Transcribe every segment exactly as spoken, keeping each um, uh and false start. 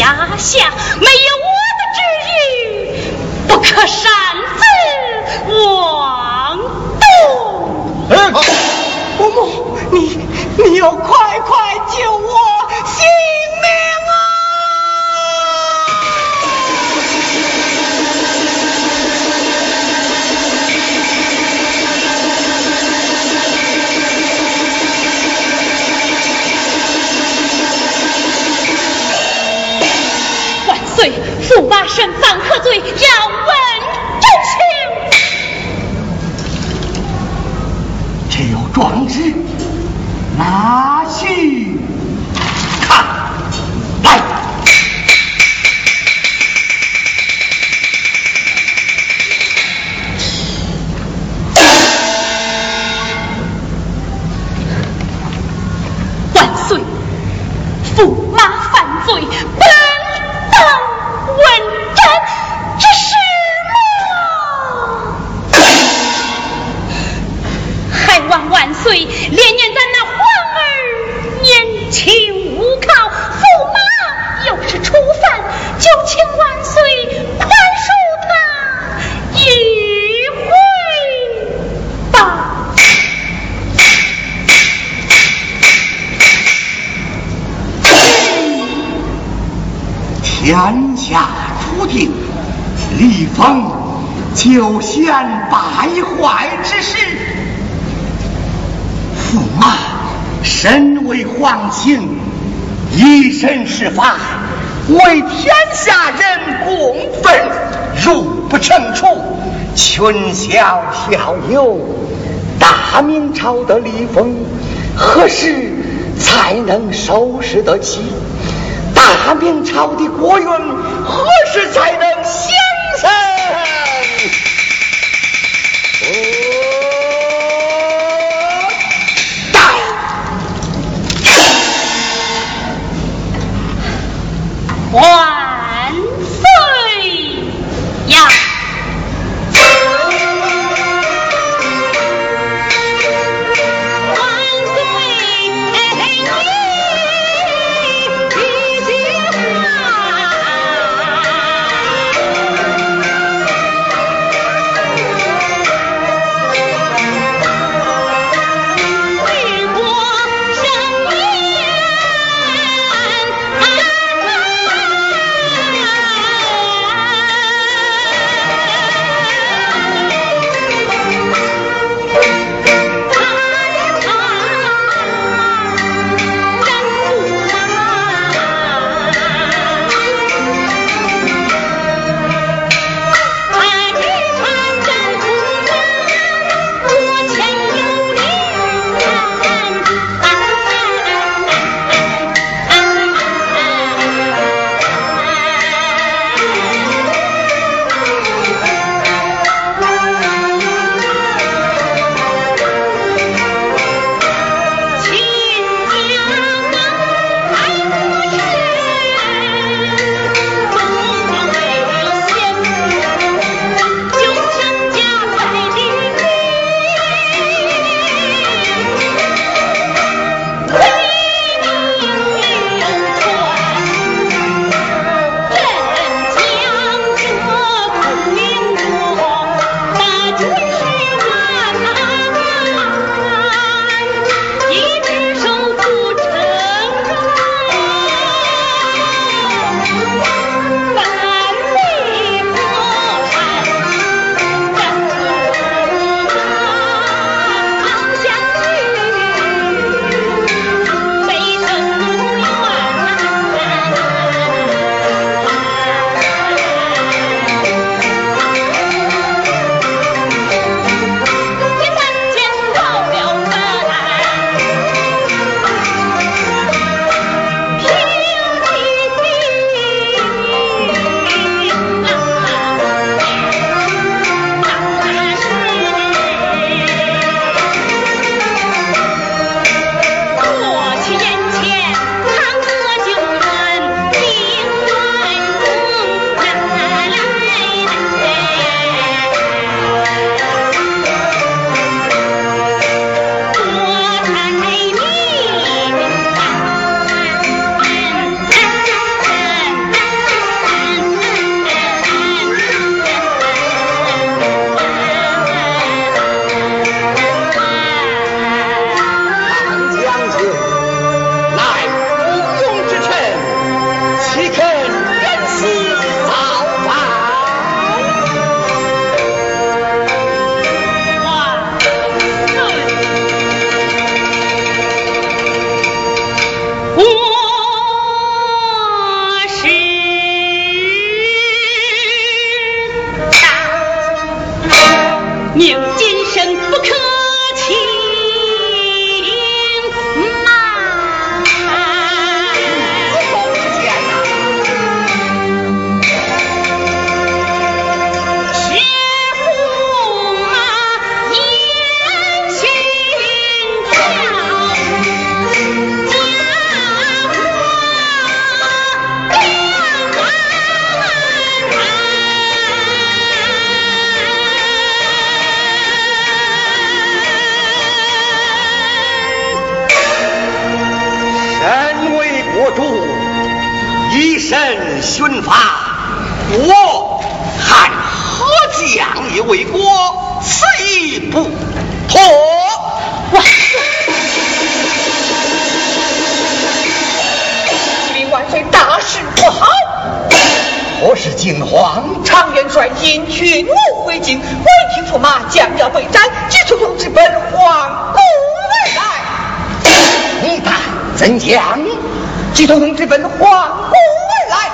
压下，没有我的旨意，不可擅自妄动。 嗯，伯母，你你要快快救我性命啊！ 万岁，驸马身犯何罪？要问周情。 只有壮志，拿去看来。 万岁，驸马犯罪，本当问斩，这是吗？还望万岁连年咱那皇儿年轻无靠，驸马又是初犯，就请万岁宽恕他一回吧。 天下注定，李丰就显败坏之事。驸马身为皇亲，以身试法，为天下人公愤，如不惩处，群小效尤，大明朝的李丰何时才能收拾得起？大明朝的国运何时才能兴盛？ 万岁呀！ 命今生不可轻慢。 一身巡法，我汉何将也为国，此意不妥。 万岁！万岁，大事不好！ 何事惊慌？ 常元帅因群怒为禁，违停驸马将要被斩，急出同志奔皇宫而来。 你敢怎讲？ 急出同志奔皇宫而来。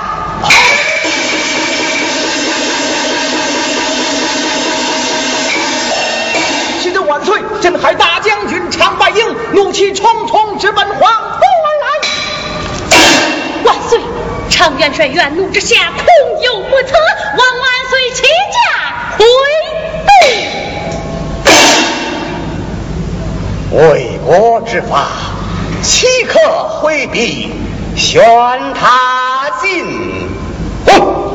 启奏万岁，镇海大将军常白营怒气冲冲直奔皇宫而来。 万岁！常元帅怨怒之下，恐有不测，望万岁起驾回避。 为国之法，岂可回避？宣他进。哦，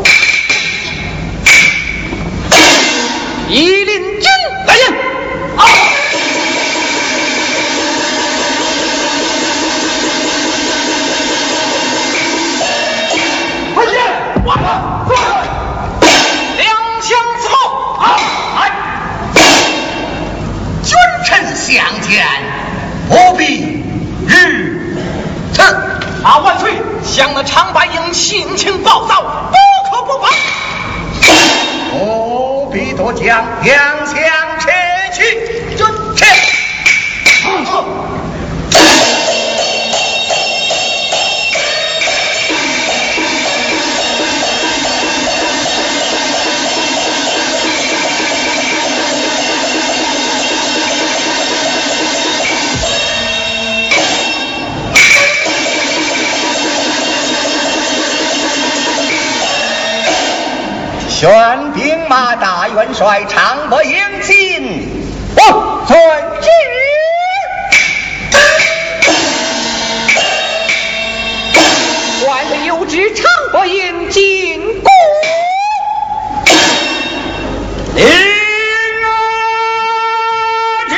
夷陵军来人。啊！快些！完了！两相伺候。啊！来！ 君臣相见，不必日此。 啊！万岁！向那常白营性情暴躁，不可不防。 不必多讲，两相撤去。君撤。啊！宣兵马大元帅常伯营进，我遵旨。 万岁有旨，常伯营进宫。 领旨。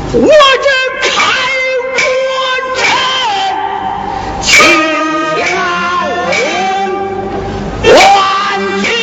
我这开国臣秦条万金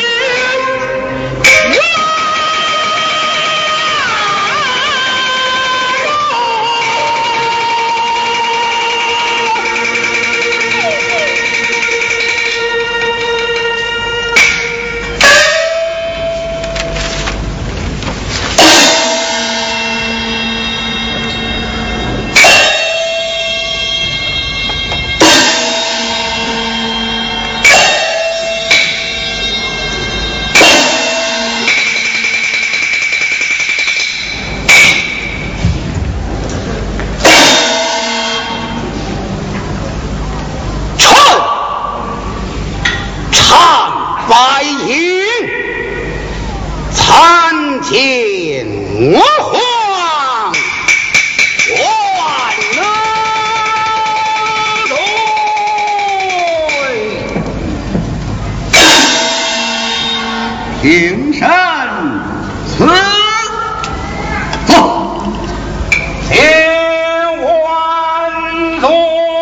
见我皇万岁，平身赐走，千万岁。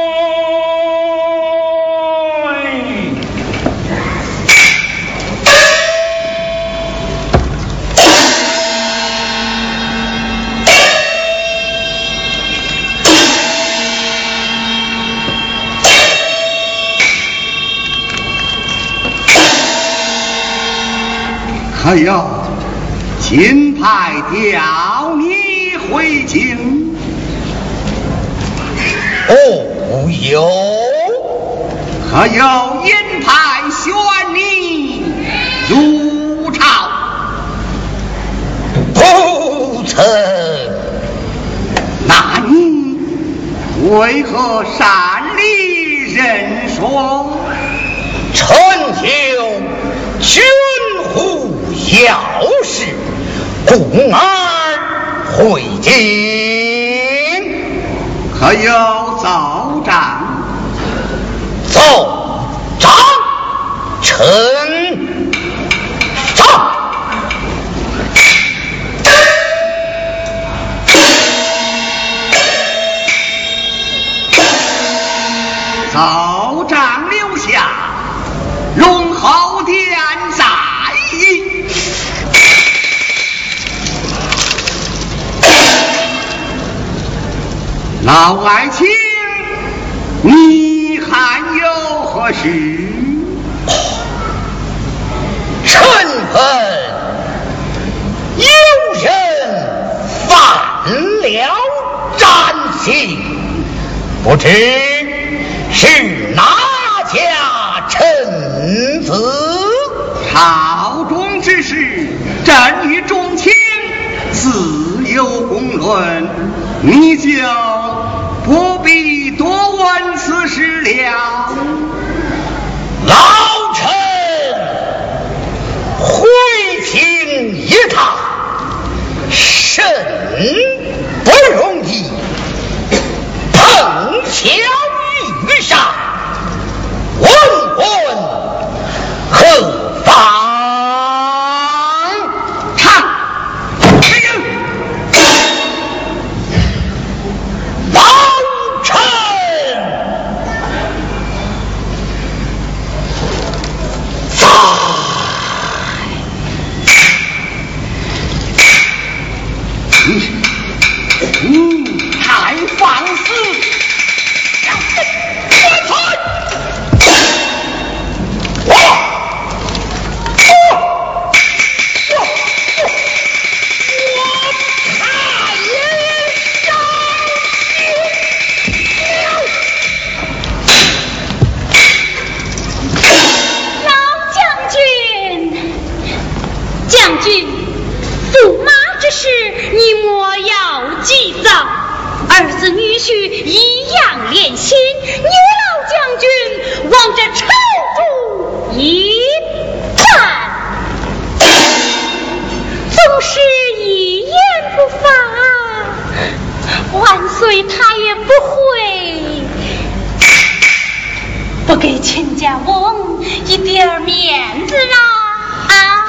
还要金牌调你回京？哦有。还有银牌选你入朝？不曾。那你为何擅离人说？臣有军户要事，故而回京。还有奏章？奏章，臣上。奏章留下，容后殿在议。老爱卿，你还有何事？臣恨有人犯了斩刑，不知是哪家臣子？朝中之事，朕与众卿自有公论，你就不必多问此事了。老臣回京一趟，甚不容易，碰巧遇上，问问何方？唱老臣在。嗯，太放肆！ 儿子女婿一样连心，你老将军望着朝中一战，总是一言不发，万岁他也不会不给亲家翁一点面子啊啊！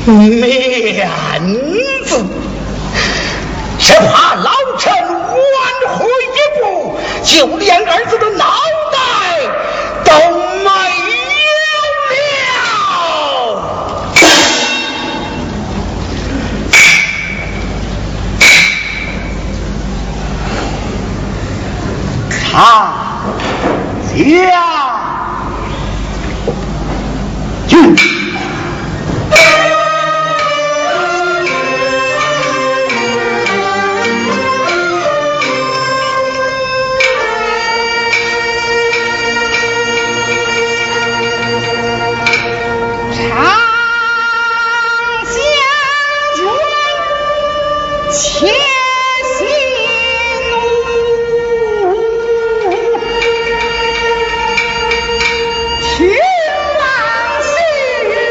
面子，只怕老臣晚回一步，就连儿子的脑袋都没有了。他家军。 去往事。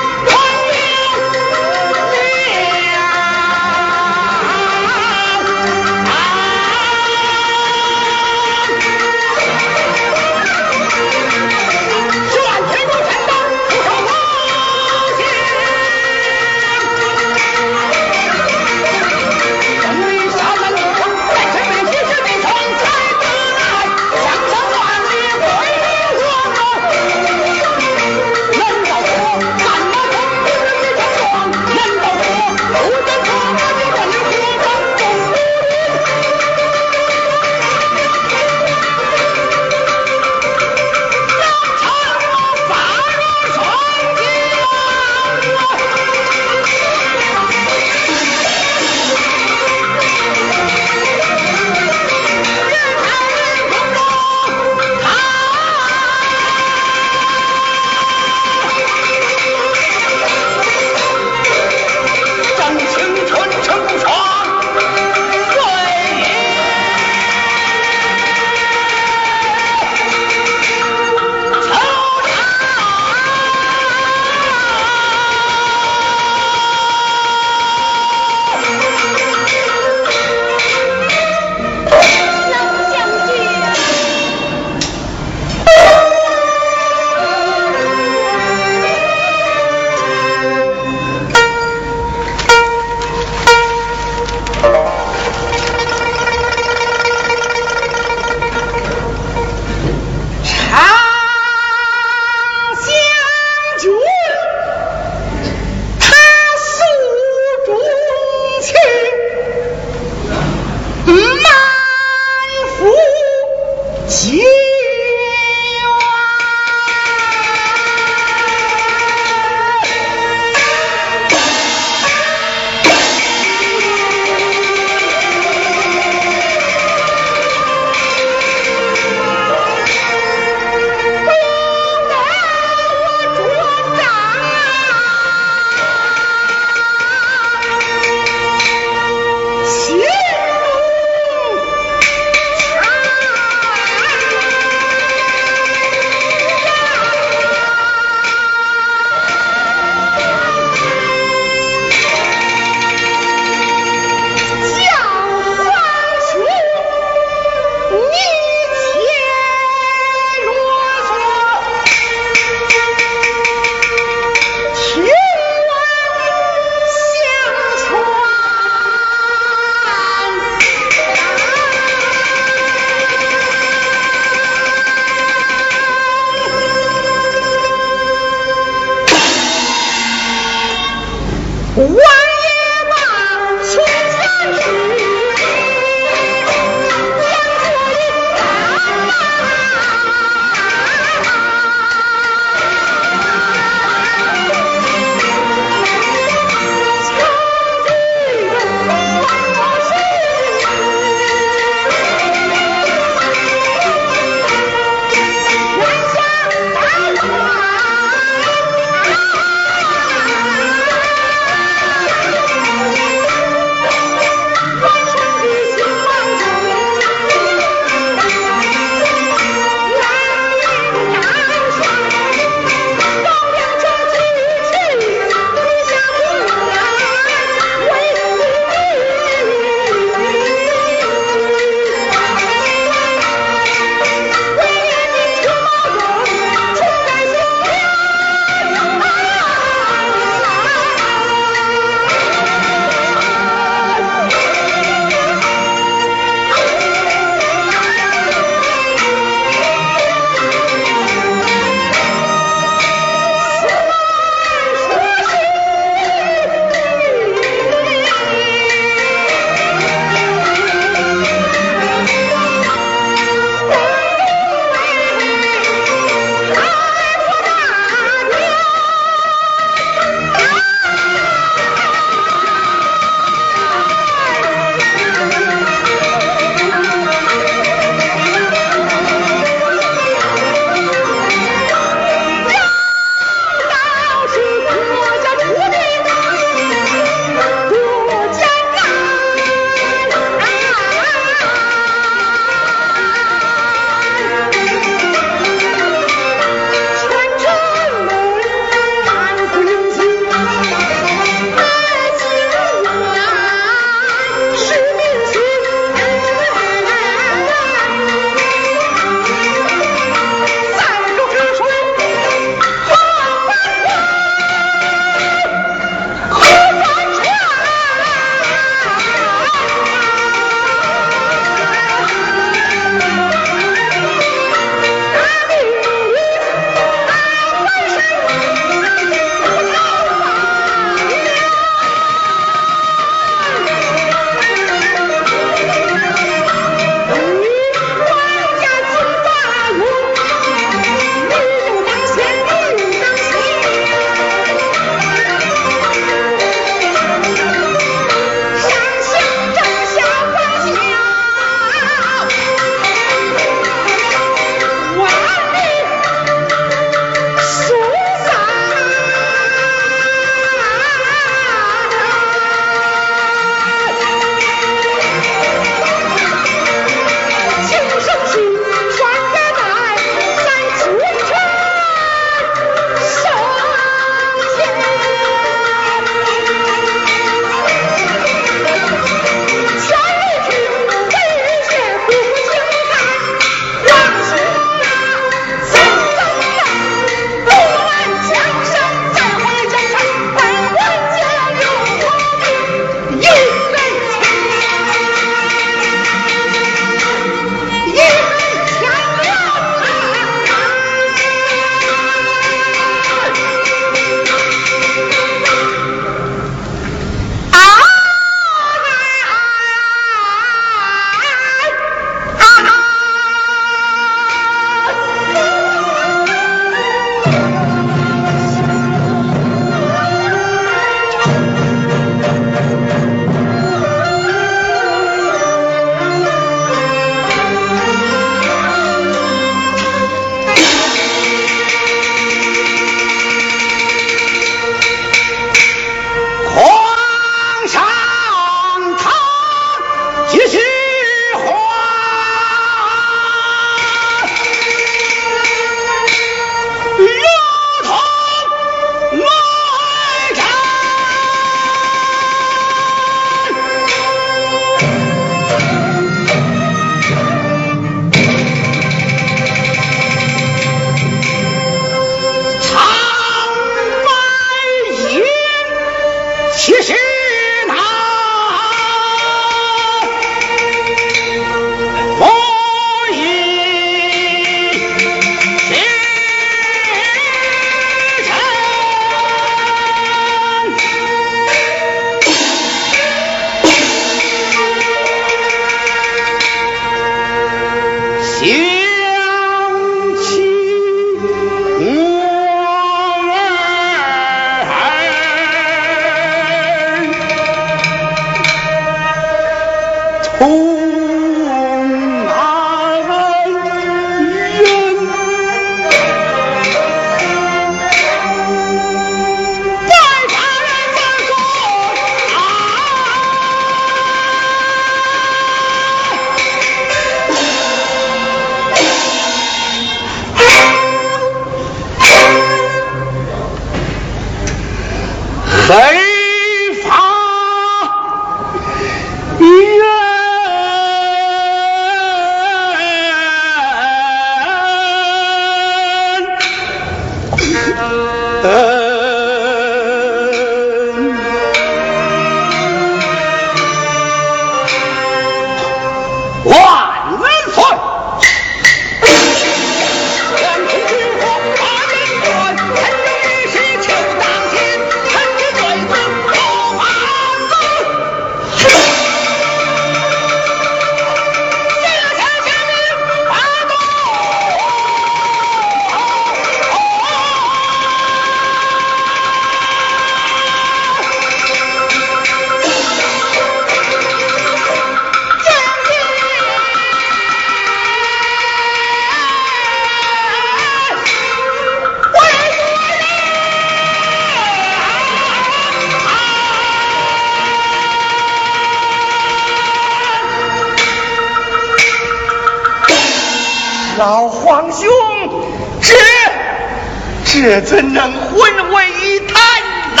老皇兄，这这怎能混为一谈呐？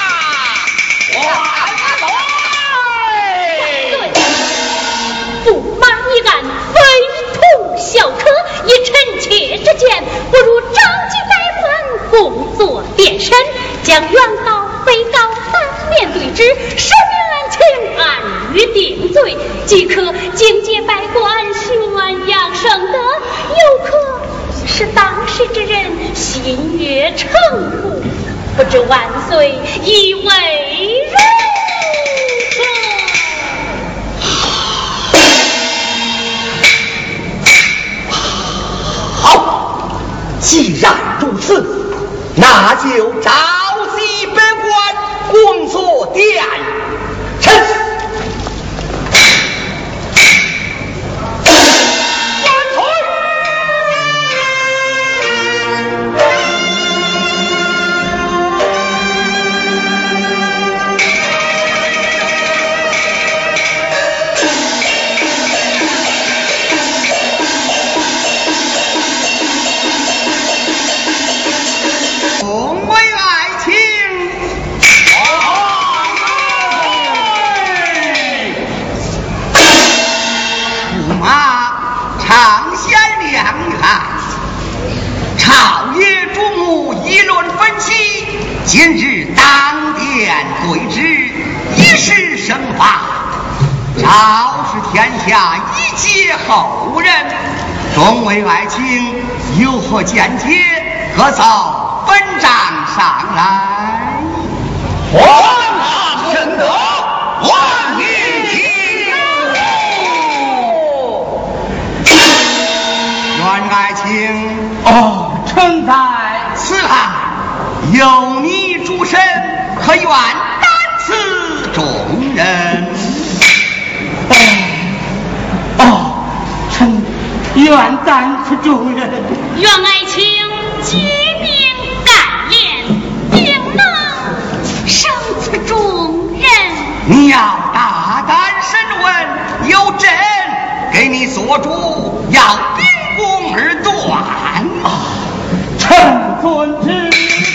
驸马一案非同小可，以臣妾之见，不如召集百官共作辩审，将原告、被告当面对质，实名案情，按予定罪，即可境界百官，宣扬圣德，又可使当时之人心悦诚服。不知万岁以为如好，既然如此，那就召集百官共作殿臣。今日当殿对质，一时生发，昭示天下一介后人，众位爱卿有何见解，可奏本章上来。皇上圣德，万民听愿爱卿哦，臣在此案有你主审，可愿担此重任？哦，臣愿担此重任。 愿爱卿举名干言，定能胜此重任。 你要大胆审问，有朕给你做主，要秉公而断。啊，臣遵旨。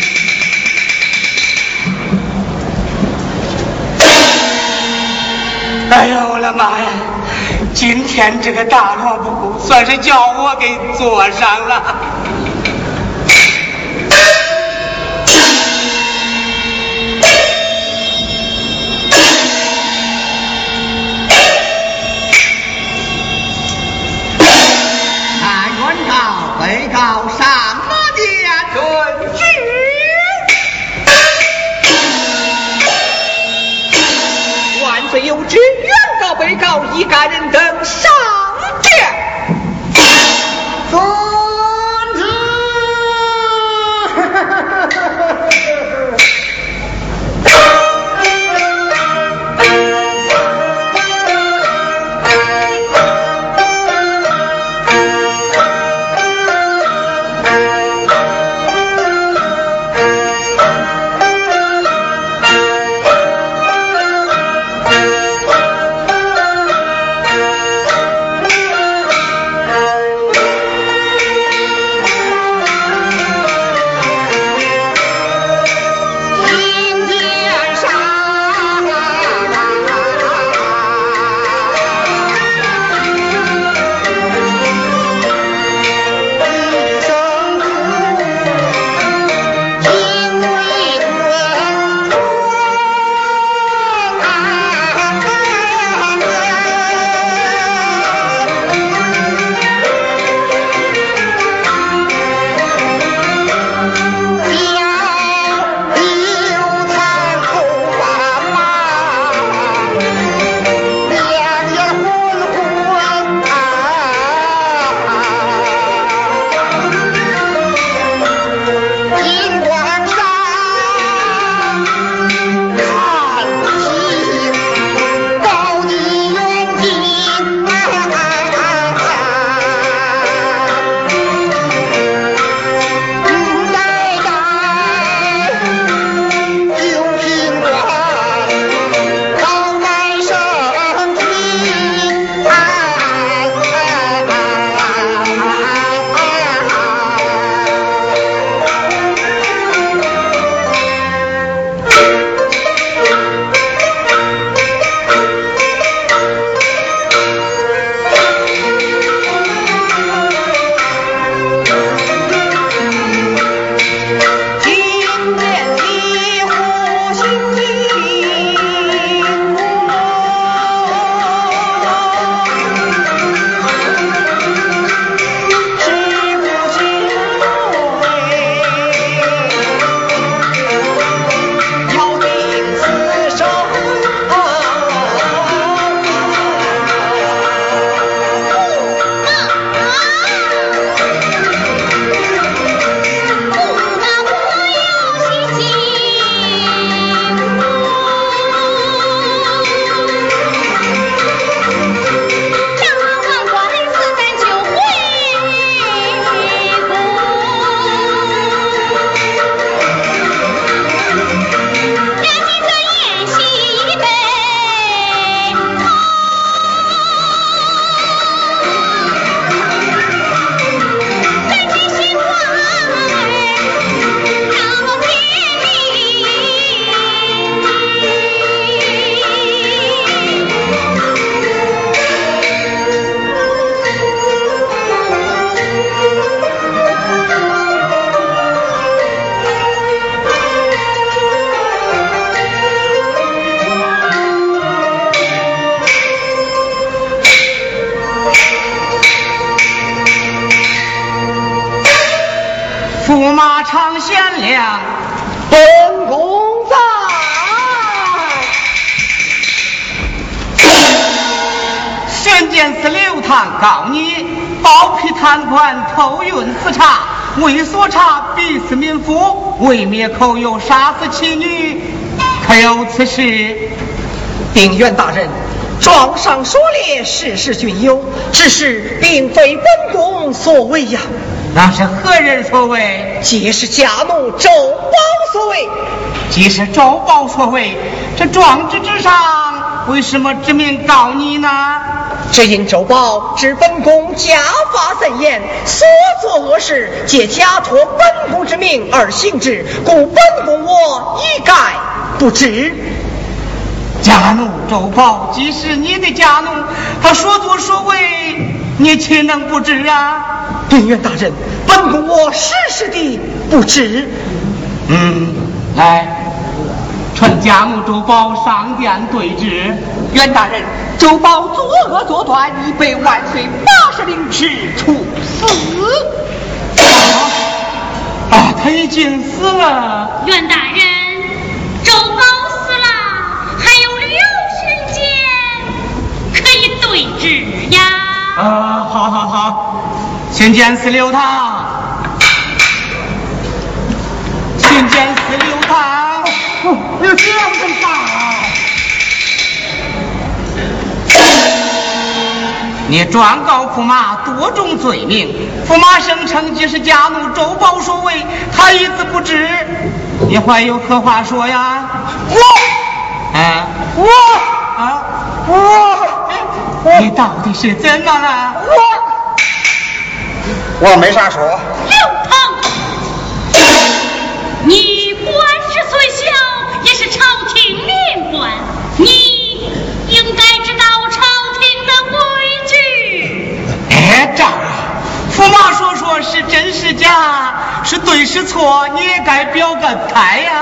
哎呀，我的妈呀！今天这个大萝卜算是叫我给做上了。看原告、被告上马殿遵旨。 万岁有旨，原告、被告一干人等上殿。 遵旨。 驸马常贤良， 本宫在。 巡检司刘唐告你包庇贪官，偷运私茶，为所查逼死民妇，为灭口有杀死妻女，可有此事？ 禀元大人，状上所列事实均有，只是并非本宫所为呀。 那是何人所为？ 皆是家奴周宝所为。 既是周宝所为，这状纸之上为什么指名告你呢？ 只因周宝知本宫家法森严，所做恶事皆假托本宫之名而行之，故本宫我一概不知。 家奴周宝既是你的家奴，他所作所为你岂能不知啊？ 禀元大人，本宫我实实的不知。 嗯，来，传家奴周宝上殿对质。 元大人，周宝作恶作端，已被万岁八十凌迟处死。 啊，他已经死了。 袁大人，周宝死了，还有刘巡检可以对质呀。 啊，好好好，巡检司刘唐，巡检司刘唐， 哦，有这样的大。 你状告驸马多种罪名，驸马声称即是家奴周宝所为，他一字不知，你还有何话说呀？ 我， 啊， 我， 啊， 我， 你到底是怎么了？ 我，我没啥说。 刘鹏，你官职虽小，也是朝廷命官，你应该知道朝廷的规矩。 哎，丈人，驸马所说是真是假，是对是错，你也该表个态呀。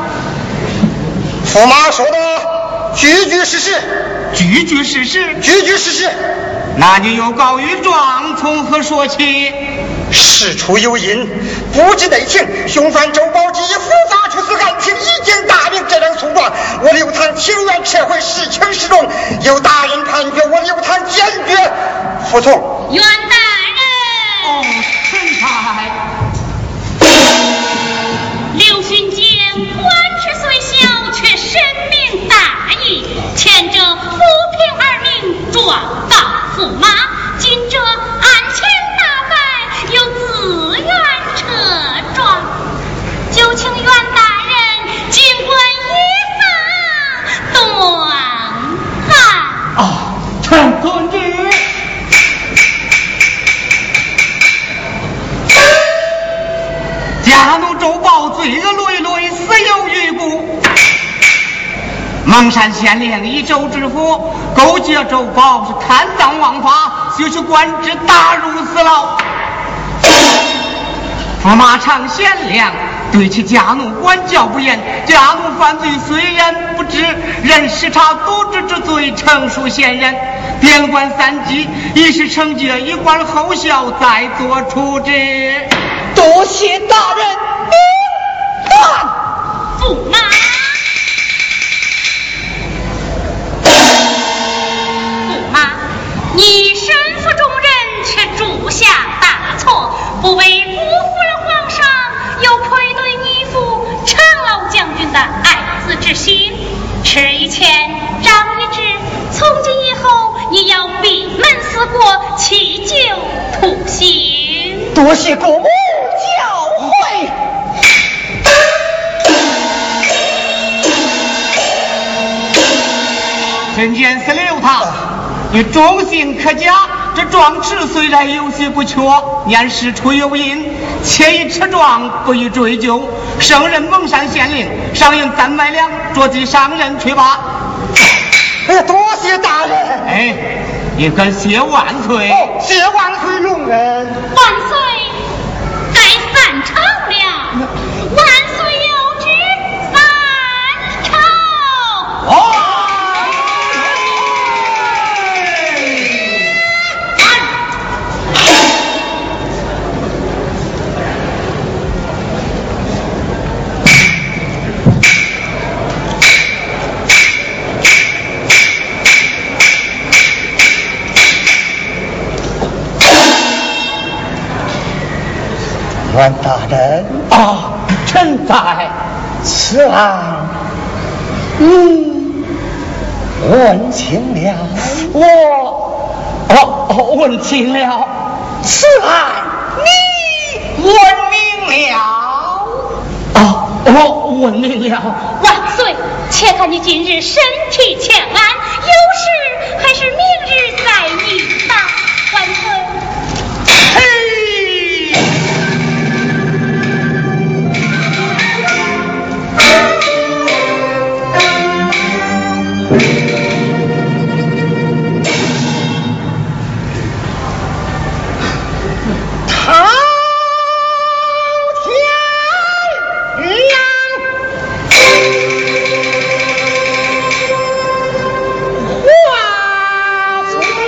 驸马说的句句是实， 句句是实， 句句是实。 那你有告于状从何说起？ 事出有因，不知内情，凶犯周宝基以伏法处死案情已经大明，这张诉状我刘唐情愿撤回，实情实重，由大人判决，我刘唐坚决服从。 袁大人， 哦，臣才。 刘巡检官职虽小，却深明大义，前者扶贫而名，状告驸马，今者案情大白，又自愿撤状，就请袁大人尽管依法断案。 啊，臣遵旨。家奴周宝罪恶累累，死有余辜。蒙山县令以周知府勾结周宝，是贪赃枉法，就去官职打入死牢。驸马常贤良对其家奴管教不严，家奴犯罪虽然不知，仍视察渎职之罪，惩处现人，贬官三级，一时惩戒，以观后效，再作处置。 多谢大人明断。 驸马，驸马，你身负重任，却铸下大错，不为辜负了皇上，又愧对你父常老将军的爱子之心。吃一堑，长一智，从今以后，你要闭门思过，祈救土行。 多谢国母教诲。 参见司刘唐，你忠心可嘉，这状词虽然有些不确，念事出有因，且以此状不予追究。升任蒙山县令，赏银三百两，着即上任去吧。 哎呀，多谢大人！ 哎，你可谢万岁！ 哦，谢万岁隆恩！ 万岁，该散朝了。万岁有旨，散朝。 哦。 官大人啊，臣在。 此案，嗯，问清了。 我，哦哦，问清了。 此案你问明了。 啊，我问明了。 万岁，且看你今日身体欠安，有事还是明日再议吧。万岁。 嘿，他。话说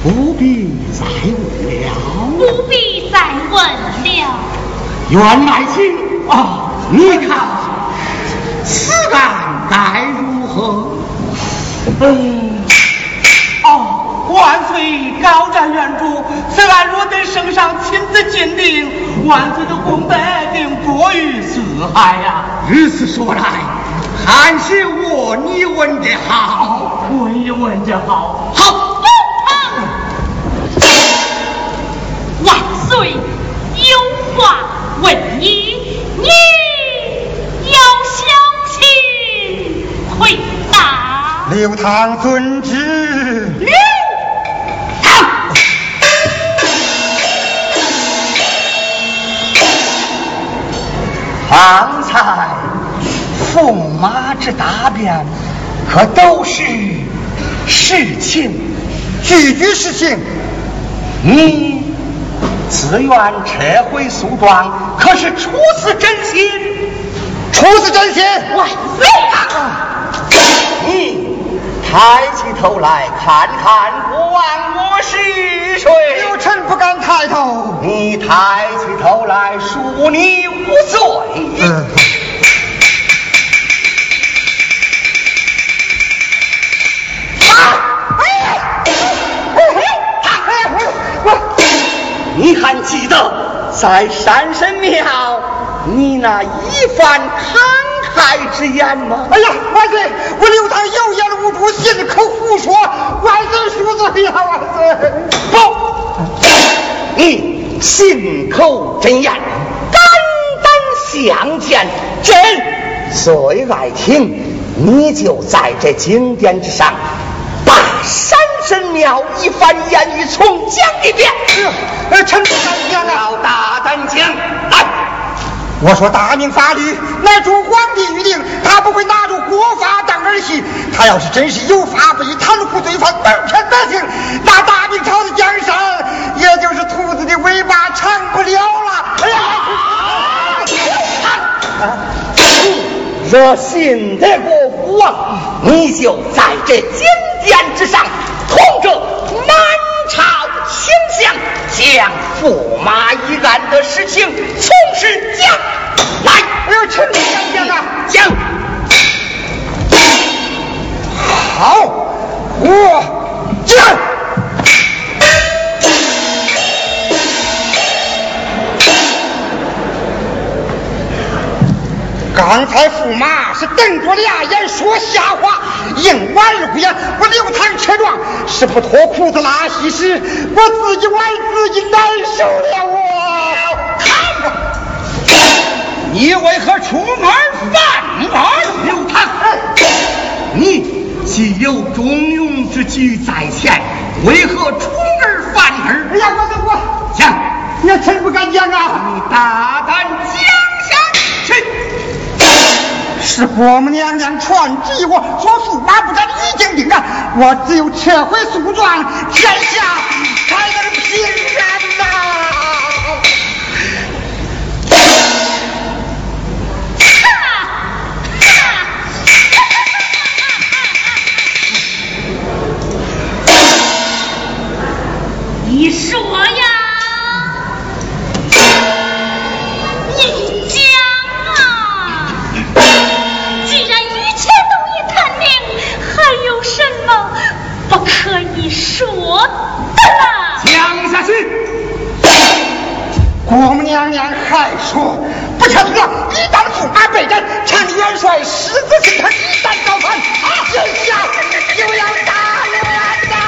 不必再问了， 不必再问了。 员外请啊，你看此案该如何？ 嗯，哦，万岁高瞻远瞩，此案若得圣上亲自鉴定，万岁的功德定不予四害呀。 如此说来，还是我你问的好， 我也问着好。 好。 万岁有话问你，你要小心回答。 刘唐遵旨。 刘唐，方才驸马之答辩，可都是实情，句句实情。你自愿撤回诉状，可是出自真心？出自真心。 万岁啊！ 你抬起头来看看国王我是谁？ 有臣不敢抬头。 你抬起头来，恕你无罪。嗯。你还记得在山神庙你那一番慷慨之言吗？ 哎呀，万岁！我刘唐有言无主，信口胡说，万岁恕罪呀！万岁！ 不，你信口真言，肝胆相见，朕最爱听。你就在这经典之上，把山神庙一番言语重讲一遍。 呃，臣不敢讲啊！ 要大胆讲来。 我说大明法律乃主皇帝预定，他不会拿着国法当儿戏。他要是真是有法不依、贪污罪犯、蒙骗百姓，那大明朝的江山也就是兔子的尾巴长不了了。哎呀！ 若信得过国王，你就在这经典之上，同着满朝倾向，将驸马一案的事情从实讲来。 哎呦，臣讲讲啊， 讲。 好，我讲。刚才驸马是瞪着俩眼说瞎话，应婉而不言。我刘唐车状是不脱裤子拉稀时，我自己玩自己难受了。我唐，你为何出门犯法？刘唐，你既有中庸之举在前，为何出尔反尔？ 哎呀，我我我讲， 那臣不敢讲啊！ 你大胆讲下去。 是国母娘娘传旨我，说驸马不敢已经定案，我只有撤回诉状，天下才能平安呐、 你说呀，你讲啊！既然一切都已探明，还有什么不可以说的了？ 讲下去。 国母娘娘还说，不撤诉状，一旦驸马被斩，陈元帅狮子心他一旦造反，天下就要大乱呐！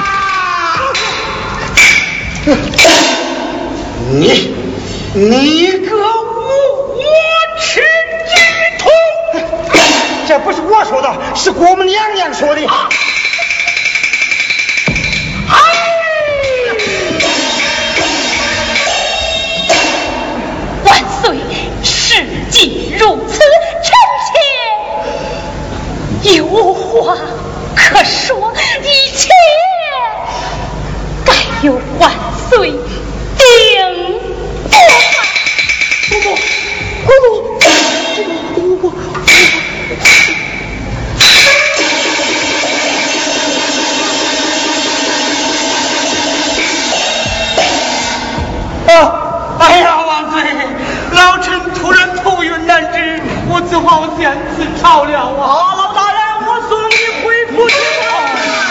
你，你个无耻之徒！ 这不是我说的，是国母娘娘说的。 啊万岁，事既如此，臣妾有话可说，一切该由万岁定夺。 姑姑，姑姑，姑姑， 啊！哎呀，万岁！老臣突然头晕难治，我只好先辞朝了啊！ 啊，老大人，我送你回府去吧。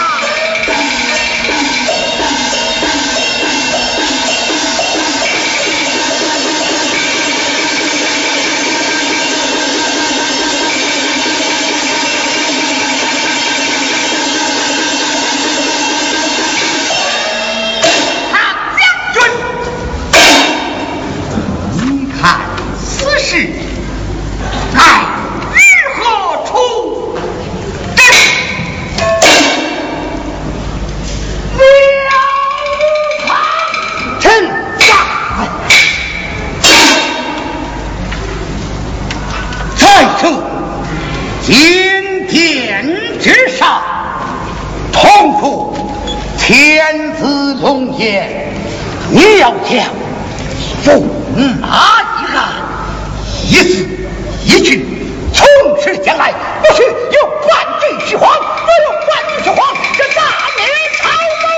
金殿之上，同父天子龙颜，你要将驸马一案一字一句从实将来，不是有万句虚谎，不有万句虚谎，这大明朝门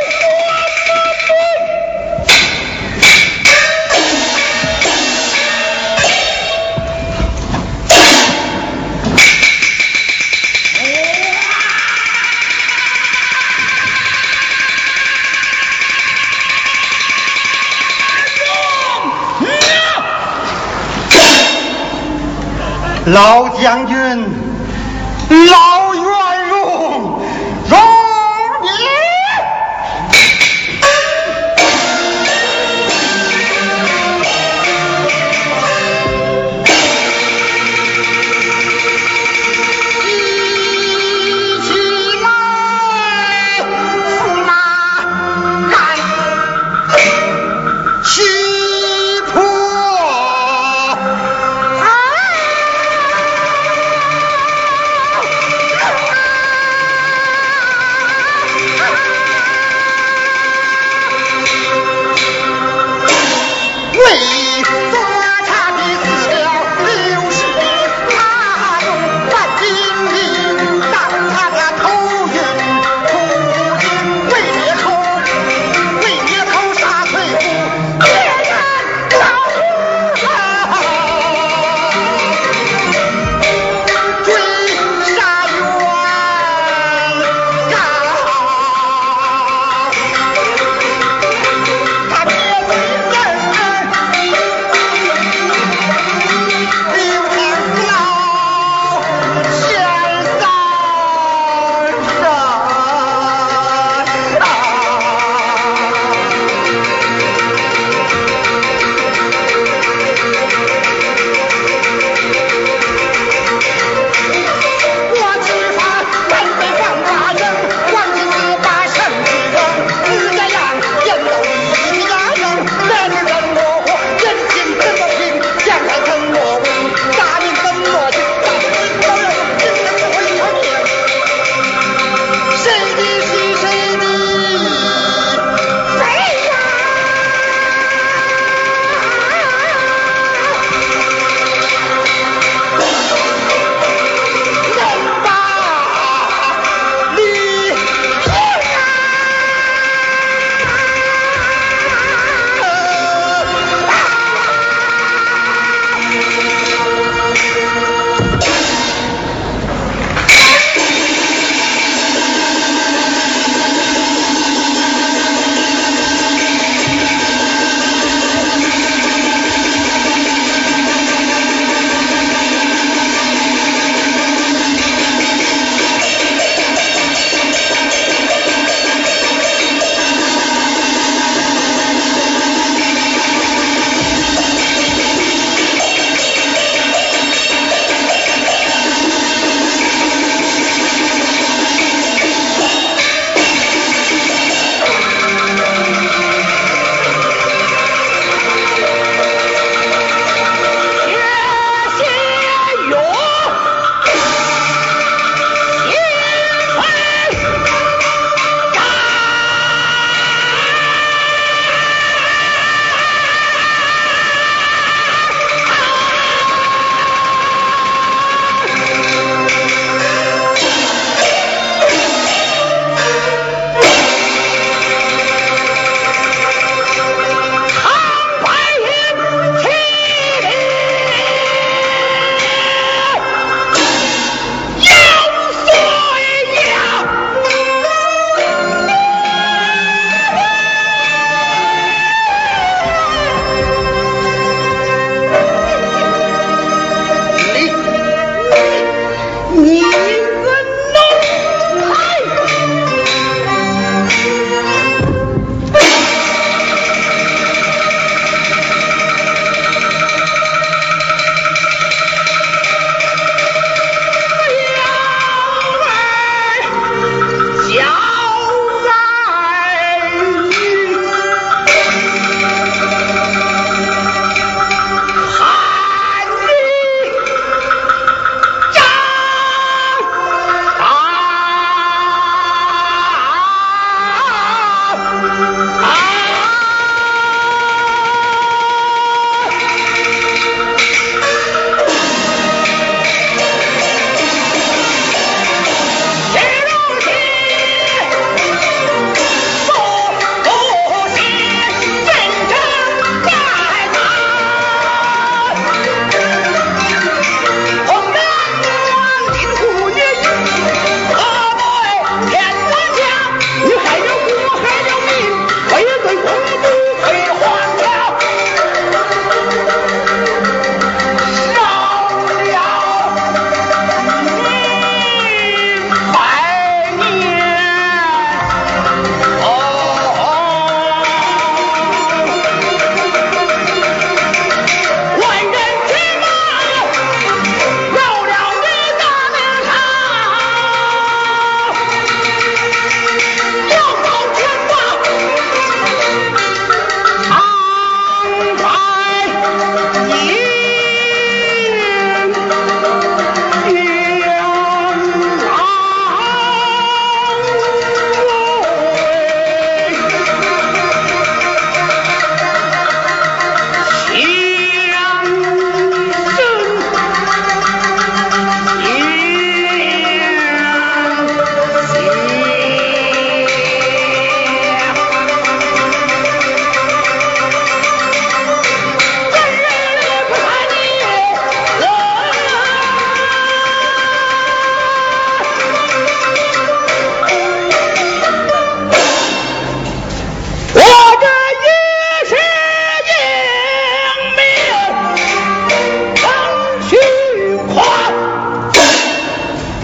老将军，老元荣，荣你！一起来，驸马来，起坡。啊！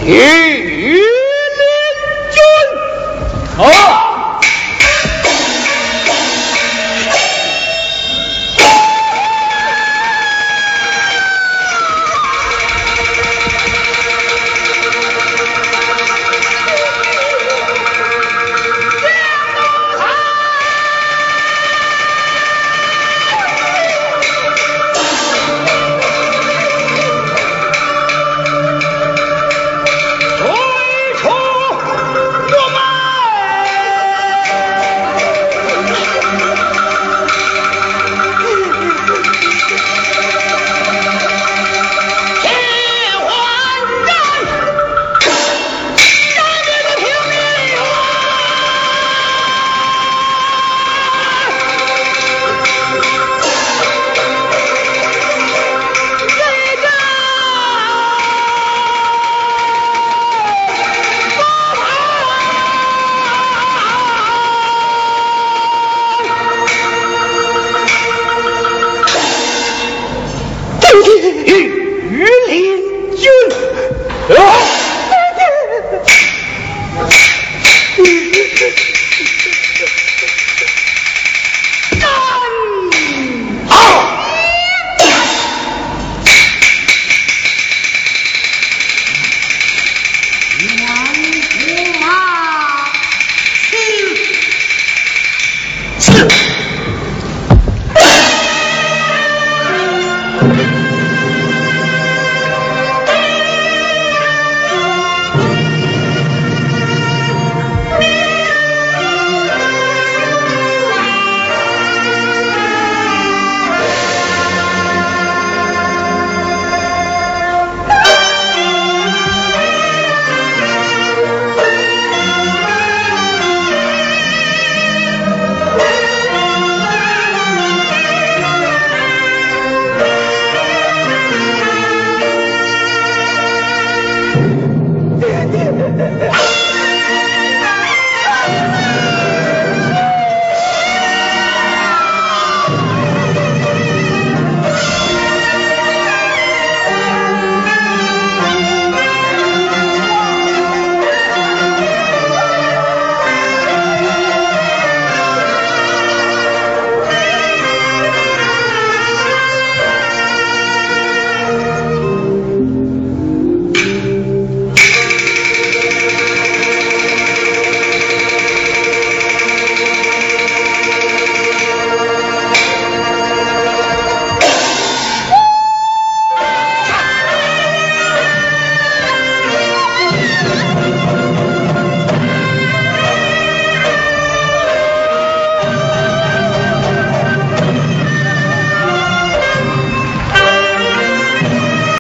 御林军啊！ 是